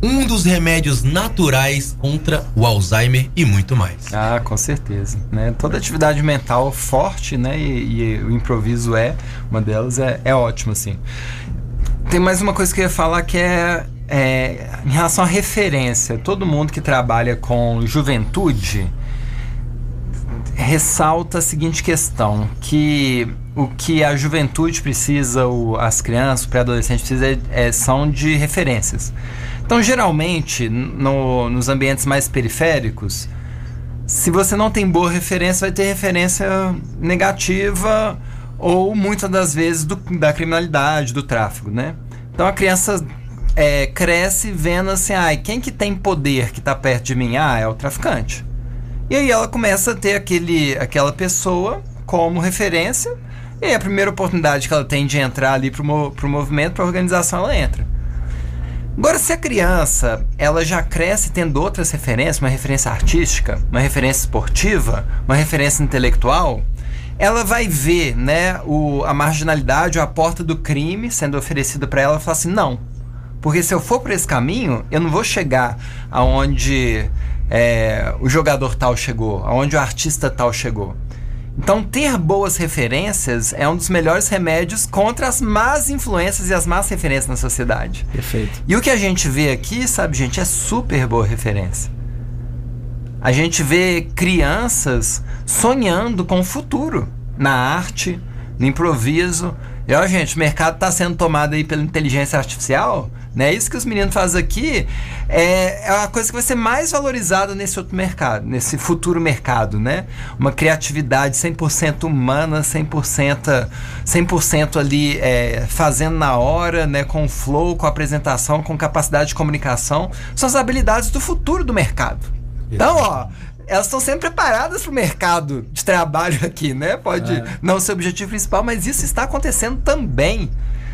um dos remédios naturais contra o Alzheimer e muito mais. Ah, com certeza, né? Toda atividade mental forte, né? E, e o improviso é uma delas, é, é ótimo, assim. Tem mais uma coisa que eu ia falar que é, é em relação à referência. Todo mundo que trabalha com juventude ressalta a seguinte questão, que o que a juventude precisa, o, as crianças, o pré-adolescente precisa é, é, são de referências. Então, geralmente, no, nos ambientes mais periféricos, se você não tem boa referência, vai ter referência negativa ou, muitas das vezes, do, da criminalidade, do tráfico, né? Então, a criança é, cresce vendo assim, ah, quem que tem poder que está perto de mim? Ah, é o traficante. E aí ela começa a ter aquele, aquela pessoa como referência, e aí a primeira oportunidade que ela tem de entrar ali para o movimento, para a organização, ela entra. Agora, se a criança ela já cresce tendo outras referências, uma referência artística, uma referência esportiva, uma referência intelectual, ela vai ver, né, o, a marginalidade ou a porta do crime sendo oferecida para ela e falar assim, não, porque se eu for por esse caminho, eu não vou chegar aonde é, o jogador tal chegou, aonde o artista tal chegou. Então, ter boas referências é um dos melhores remédios contra as más influências e as más referências na sociedade. Perfeito. E o que a gente vê aqui, sabe, gente, é super boa referência. A gente vê crianças sonhando com o futuro, na arte, no improviso. E, ó, gente, o mercado está sendo tomado aí pela inteligência artificial, né? Isso que os meninos fazem aqui é, é a coisa que vai ser mais valorizada nesse outro mercado, nesse futuro mercado, né? Uma criatividade cem por cento humana, cem por cento, cem por cento ali é, fazendo na hora, né? Com flow, com apresentação, com capacidade de comunicação. São as habilidades do futuro do mercado. Então, ó, elas estão sempre preparadas para o mercado de trabalho aqui, né? Pode é. não ser o objetivo principal, mas isso está acontecendo também.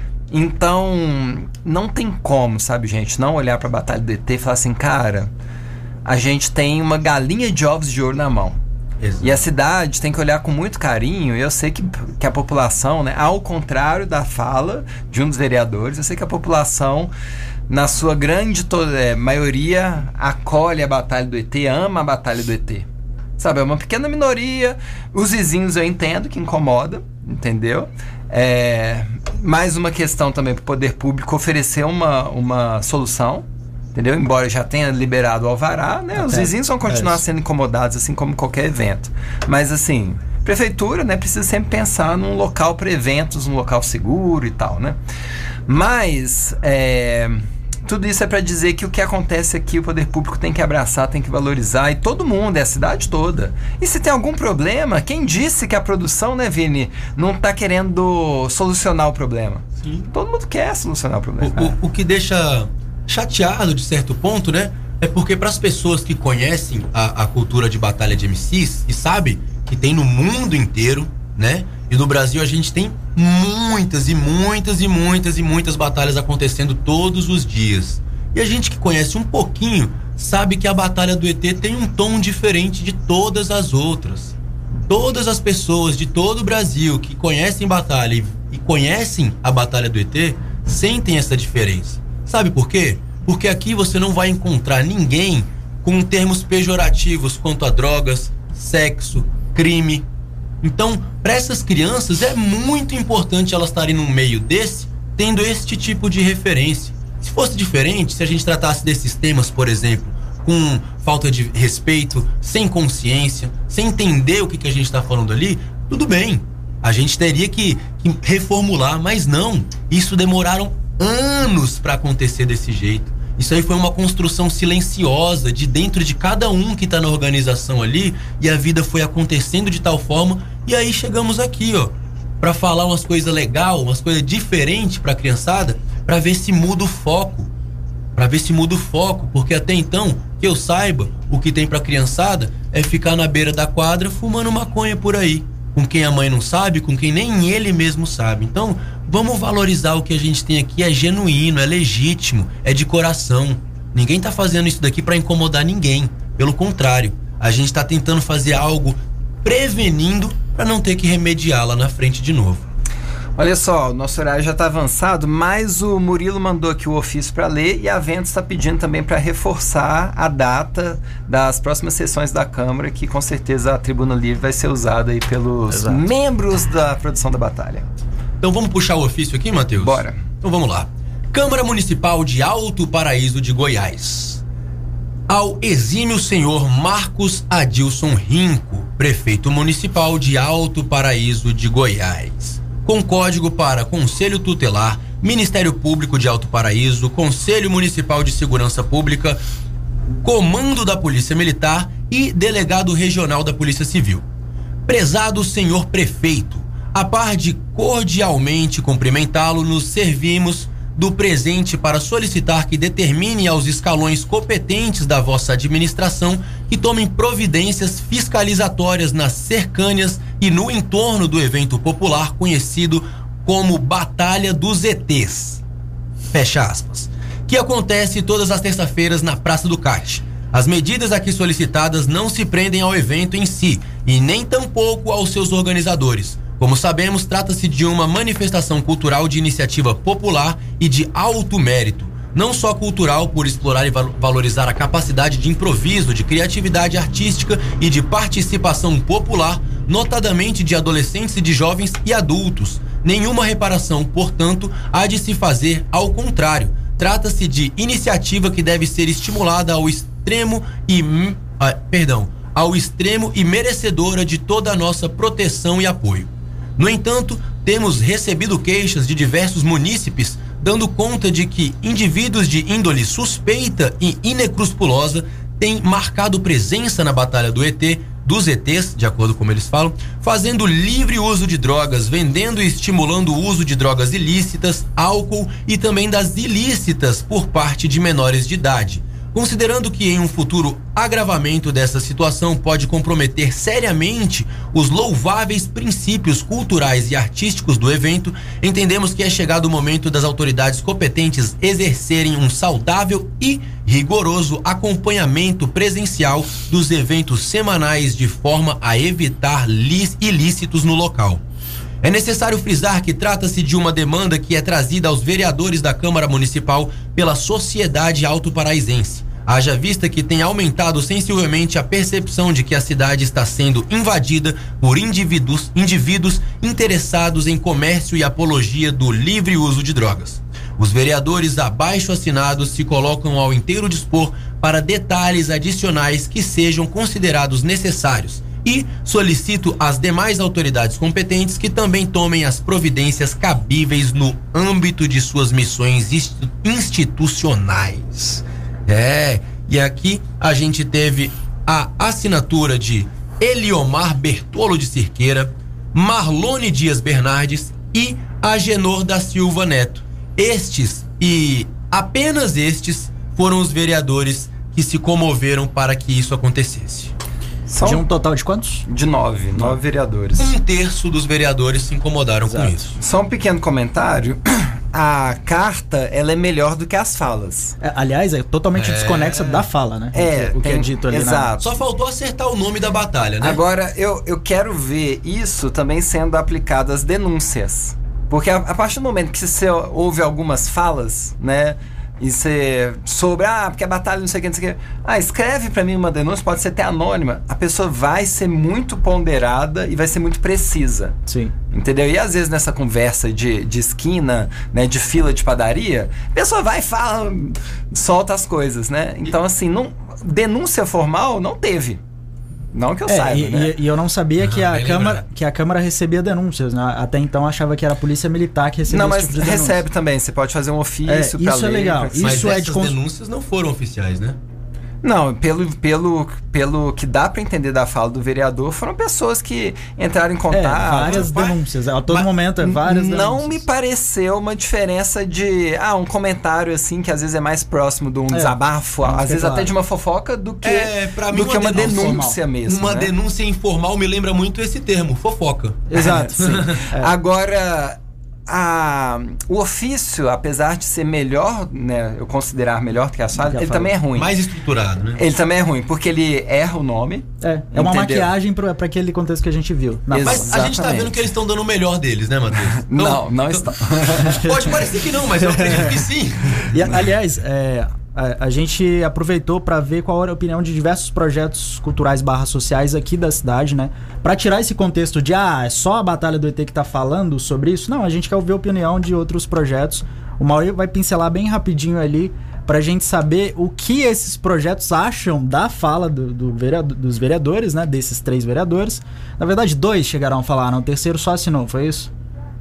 Então, não tem como, sabe, gente, não olhar para a Batalha do E T e falar assim, cara, a gente tem uma galinha de ovos de ouro na mão. Exato. E a cidade tem que olhar com muito carinho. E eu sei que, que a população, né, ao contrário da fala de um dos vereadores, eu sei que a população, na sua grande to- é, maioria, acolhe a Batalha do E T, ama a Batalha do E T. Sabe, é uma pequena minoria. Os vizinhos eu entendo que incomoda, entendeu? É, mais uma questão também para o poder público oferecer uma, uma solução, entendeu? Embora já tenha liberado o alvará, né? Até os vizinhos vão continuar é sendo incomodados, assim como qualquer evento. Mas, assim, prefeitura, né, precisa sempre pensar num local para eventos, um local seguro e tal, né? Mas, é, tudo isso é para dizer que o que acontece aqui, o poder público tem que abraçar, tem que valorizar, e todo mundo, é a cidade toda. E se tem algum problema, quem disse que a produção, né, Vini, não tá querendo solucionar o problema? Sim. Todo mundo quer solucionar o problema. O, o, o que deixa chateado, de certo ponto, né, é porque para as pessoas que conhecem a, a cultura de batalha de M Cs e sabem que tem no mundo inteiro, né, e no Brasil a gente tem muitas e muitas e muitas e muitas batalhas acontecendo todos os dias. E a gente que conhece um pouquinho sabe que a Batalha do E T tem um tom diferente de todas as outras. Todas as pessoas de todo o Brasil que conhecem batalha e, e conhecem a Batalha do E T sentem essa diferença. Sabe por quê? Porque aqui você não vai encontrar ninguém com termos pejorativos quanto a drogas, sexo, crime. Então, para essas crianças é muito importante elas estarem num meio desse, tendo este tipo de referência. Se fosse diferente, se a gente tratasse desses temas, por exemplo, com falta de respeito, sem consciência, sem entender o que, que a gente está falando ali, tudo bem. A gente teria que, que reformular, mas não. Isso demoraram anos para acontecer desse jeito. Isso aí foi uma construção silenciosa de dentro de cada um que tá na organização ali, e a vida foi acontecendo de tal forma, e aí chegamos aqui, ó, pra falar umas coisas legais, umas coisas diferentes pra criançada, pra ver se muda o foco, pra ver se muda o foco, porque até então, que eu saiba, o que tem pra criançada é ficar na beira da quadra fumando maconha por aí, com quem a mãe não sabe, com quem nem ele mesmo sabe. Então, vamos valorizar o que a gente tem aqui, é genuíno, é legítimo, é de coração. Ninguém tá fazendo isso daqui pra incomodar ninguém. Pelo contrário, a gente tá tentando fazer algo prevenindo pra não ter que remediar lá na frente de novo. Olha só, o nosso horário já está avançado, mas o Murilo mandou aqui o ofício para ler e a Ventos está pedindo também para reforçar a data das próximas sessões da Câmara, que com certeza a Tribuna Livre vai ser usada aí pelos Exato. membros da produção da batalha. Então vamos puxar o ofício aqui, Matheus? Bora. Então vamos lá. Câmara Municipal de Alto Paraíso de Goiás. Ao exímio senhor Marcos Adilson Rinco, prefeito municipal de Alto Paraíso de Goiás. Com código para Conselho Tutelar, Ministério Público de Alto Paraíso, Conselho Municipal de Segurança Pública, Comando da Polícia Militar e Delegado Regional da Polícia Civil. Prezado senhor prefeito, a par de cordialmente cumprimentá-lo, nos servimos do presente para solicitar que determine aos escalões competentes da vossa administração que tomem providências fiscalizatórias nas cercâneas e no entorno do evento popular conhecido como Batalha dos E Tês. Fecha aspas. Que acontece todas as terças-feiras na Praça do Cate. As medidas aqui solicitadas não se prendem ao evento em si e nem tampouco aos seus organizadores. Como sabemos, trata-se de uma manifestação cultural de iniciativa popular e de alto mérito. Não só cultural, por explorar e valorizar a capacidade de improviso, de criatividade artística e de participação popular, notadamente de adolescentes e de jovens e adultos. Nenhuma reparação, portanto, há de se fazer, ao contrário. Trata-se de iniciativa que deve ser estimulada ao extremo e... Ah, perdão, ao extremo e merecedora de toda a nossa proteção e apoio. No entanto, temos recebido queixas de diversos munícipes dando conta de que indivíduos de índole suspeita e inescrupulosa têm marcado presença na Batalha do E T, dos E Tês, de acordo com eles falam, fazendo livre uso de drogas, vendendo e estimulando o uso de drogas ilícitas, álcool e também das ilícitas por parte de menores de idade. Considerando que em um futuro agravamento dessa situação pode comprometer seriamente os louváveis princípios culturais e artísticos do evento, entendemos que é chegado o momento das autoridades competentes exercerem um saudável e rigoroso acompanhamento presencial dos eventos semanais de forma a evitar ilícitos no local. É necessário frisar que trata-se de uma demanda que é trazida aos vereadores da Câmara Municipal pela sociedade alto-paraisense. Haja vista que tem aumentado sensivelmente a percepção de que a cidade está sendo invadida por indivíduos, indivíduos interessados em comércio e apologia do livre uso de drogas. Os vereadores abaixo assinados se colocam ao inteiro dispor para detalhes adicionais que sejam considerados necessários. E solicito às demais autoridades competentes que também tomem as providências cabíveis no âmbito de suas missões institucionais. É, e aqui a gente teve a assinatura de Eliomar Bertolo de Cirqueira, Marlone Dias Bernardes e Agenor da Silva Neto. Estes e apenas estes foram os vereadores que se comoveram para que isso acontecesse. São De um total de quantos? de nove, nove vereadores. Um terço dos vereadores se incomodaram Exato. com isso. Só um pequeno comentário. A carta, ela é melhor do que as falas. É, aliás, é totalmente É. desconexa da fala, né? É, o que, o que tem- é dito ali exato. Só faltou acertar o nome da batalha, né? Agora, eu, eu quero ver isso também sendo aplicado às denúncias. Porque a, a partir do momento que você ouve algumas falas, né? E você sobre, ah, porque a batalha não sei o que, não sei o que. Ah, escreve pra mim uma denúncia, pode ser até anônima. A pessoa vai ser muito ponderada e vai ser muito precisa. na... Sim. Entendeu? E às vezes nessa conversa de, de esquina, né, de fila de padaria, a pessoa vai e fala, solta as coisas, né? Então, assim, não, denúncia formal não teve. Não que eu É, saiba, e, né? e- e eu não sabia Ah, que, a bem Câmara, lembrado. que a Câmara recebia denúncias, né? Até então eu achava que era a Polícia Militar que recebia Não, esse mas tipo de denúncia. recebe também. Você pode fazer um ofício É, pra isso é ler, legal. pra- Isso Mas é essas de cons- denúncias não foram oficiais, né? Não, pelo, pelo, pelo que dá pra entender da fala do vereador, foram pessoas que entraram em É, contato. várias Vai- denúncias. A todo Mas momento é várias Não denúncias. me pareceu uma diferença de, ah, um comentário assim, que às vezes é mais próximo de um É, desabafo, vamos às ter vezes claro. até de uma fofoca, do que, É, pra mim do que uma uma denúncia denúncia mesmo. Uma né? denúncia informal me lembra muito esse termo, fofoca. Exato. Sim. É. Agora, a, o ofício, apesar de ser melhor, né, eu considerar melhor do que a fala, ele também é ruim. Mais estruturado, né? Ele também é ruim, porque ele erra o nome. É, é uma maquiagem pra, pra aquele contexto que a gente viu. Mas Exatamente. A gente tá vendo que eles estão dando o melhor deles, né, Matheus? Então, não, não está. Pode parecer que não, mas eu acredito que sim. E, aliás, é... A, a gente aproveitou para ver qual era a opinião de diversos projetos culturais barra sociais aqui da cidade, né? Para tirar esse contexto de, ah, é só a Batalha do E T que tá falando sobre isso. Não, a gente quer ouvir a opinião de outros projetos. O Mauri vai pincelar bem rapidinho ali pra gente saber o que esses projetos acham da fala do, do vereador, dos vereadores, né? Desses três vereadores. Na verdade, dois chegaram a falar, não? O terceiro só assinou, foi isso?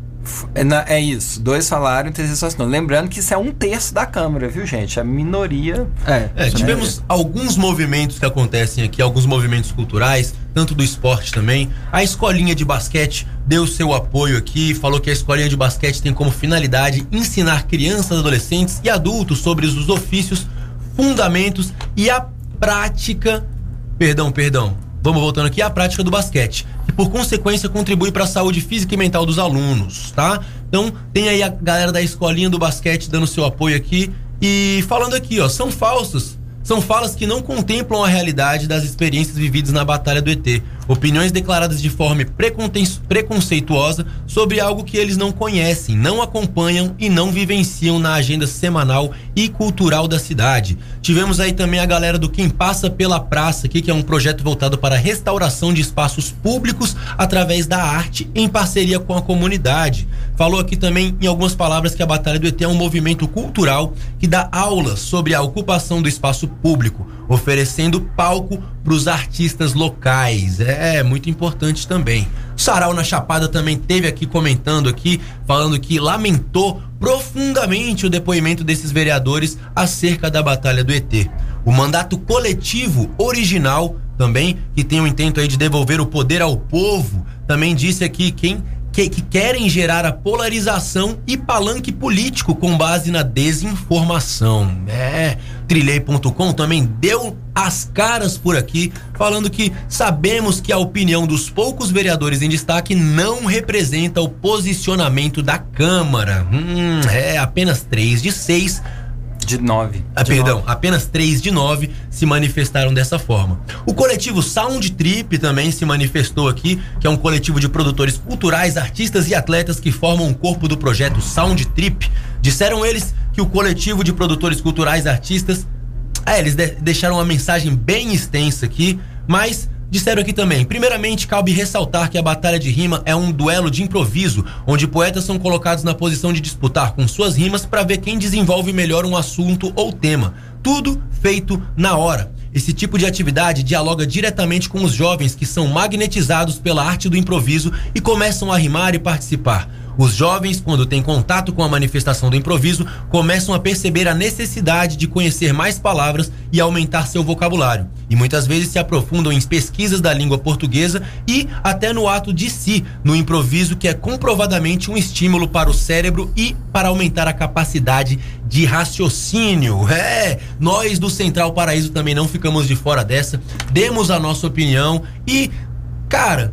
É, é isso, dois falaram e o terceiro só assinou. Lembrando que isso é um terço da Câmara, viu, gente? A minoria... É, é tivemos é. alguns movimentos que acontecem aqui, alguns movimentos culturais, tanto do esporte também. A escolinha de basquete deu seu apoio aqui, falou que a escolinha de basquete tem como finalidade ensinar crianças, adolescentes e adultos sobre os ofícios, fundamentos e a prática... Perdão, perdão. Vamos voltando aqui à prática do basquete, que por consequência contribui para a saúde física e mental dos alunos, tá? Então tem aí a galera da escolinha do basquete dando seu apoio aqui e falando aqui, ó, são falsos, são falas que não contemplam a realidade das experiências vividas na Batalha do E T, opiniões declaradas de forma preconceituosa sobre algo que eles não conhecem, não acompanham e não vivenciam na agenda semanal e cultural da cidade. Tivemos aí também a galera do Quem Passa pela Praça aqui, que é um projeto voltado para a restauração de espaços públicos através da arte em parceria com a comunidade. Falou aqui também em algumas palavras que a Batalha do E T é um movimento cultural que dá aulas sobre a ocupação do espaço público, oferecendo palco para os artistas locais. É muito importante também. Sarau na Chapada também teve aqui comentando aqui, falando que lamentou profundamente o depoimento desses vereadores acerca da Batalha do E T. O mandato coletivo original também, que tem o intento aí de devolver o poder ao povo, também disse aqui quem Que, que querem gerar a polarização e palanque político com base na desinformação. É, Trilhei ponto com também deu as caras por aqui, falando que sabemos que a opinião dos poucos vereadores em destaque não representa o posicionamento da Câmara. Hum, é, apenas três de seis... De nove. Ah, de perdão, nove. apenas três de nove se manifestaram dessa forma. O coletivo Sound Trip também se manifestou aqui, que é um coletivo de produtores culturais, artistas e atletas que formam um corpo do projeto Sound Trip. Disseram eles que o coletivo de produtores culturais e artistas... É, eles de- deixaram uma mensagem bem extensa aqui, mas... Disseram aqui também, primeiramente cabe ressaltar que a batalha de rima é um duelo de improviso, onde poetas são colocados na posição de disputar com suas rimas para ver quem desenvolve melhor um assunto ou tema. Tudo feito na hora. Esse tipo de atividade dialoga diretamente com os jovens que são magnetizados pela arte do improviso e começam a rimar e participar. Os jovens, quando têm contato com a manifestação do improviso, começam a perceber a necessidade de conhecer mais palavras e aumentar seu vocabulário. E muitas vezes se aprofundam em pesquisas da língua portuguesa e até no ato de si, no improviso, que é comprovadamente um estímulo para o cérebro e para aumentar a capacidade de raciocínio. É, nós do Central Paraíso também não ficamos de fora dessa, demos a nossa opinião e, cara...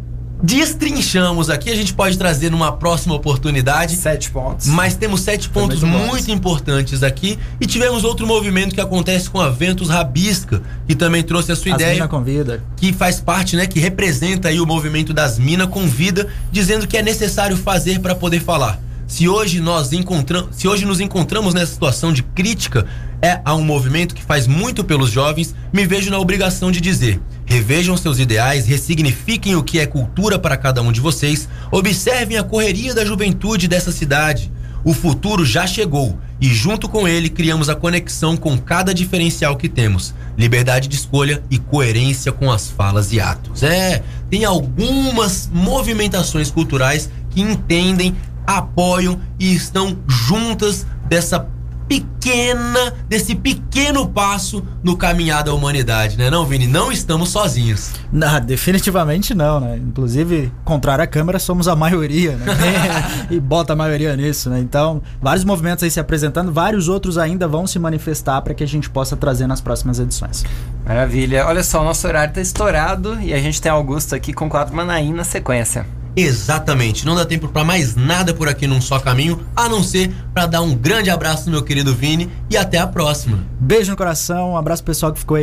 destrinchamos aqui, a gente pode trazer numa próxima oportunidade. Sete pontos. Mas temos sete pontos muito, muito importantes aqui. E tivemos outro movimento que acontece com a Ventos Rabisca, que também trouxe a sua As ideia. Mina Convida. Que faz parte, né? Que representa aí o movimento das Minas Convida, dizendo que é necessário fazer para poder falar. Se hoje nós encontramos, se hoje nos encontramos nessa situação de crítica é a um movimento que faz muito pelos jovens, me vejo na obrigação de dizer: revejam seus ideais, ressignifiquem o que é cultura para cada um de vocês, observem a correria da juventude dessa cidade. O futuro já chegou e junto com ele criamos a conexão com cada diferencial que temos, liberdade de escolha e coerência com as falas e atos. É, tem algumas movimentações culturais que entendem, apoiam e estão juntas dessa pequena, desse pequeno passo no caminhar da humanidade, né não, Vini? Não estamos sozinhos. Não, definitivamente não, né? Inclusive, contrário à Câmara, somos a maioria, né? E bota a maioria nisso, né? Então, vários movimentos aí se apresentando, vários outros ainda vão se manifestar para que a gente possa trazer nas próximas edições. Maravilha. Olha só, o nosso horário tá estourado e a gente tem Augusto aqui com quatro Manaí na sequência. Exatamente, não dá tempo pra mais nada por aqui num só caminho, a não ser pra dar um grande abraço no meu querido Vini e até a próxima. Beijo no coração, um abraço pro pessoal que ficou aí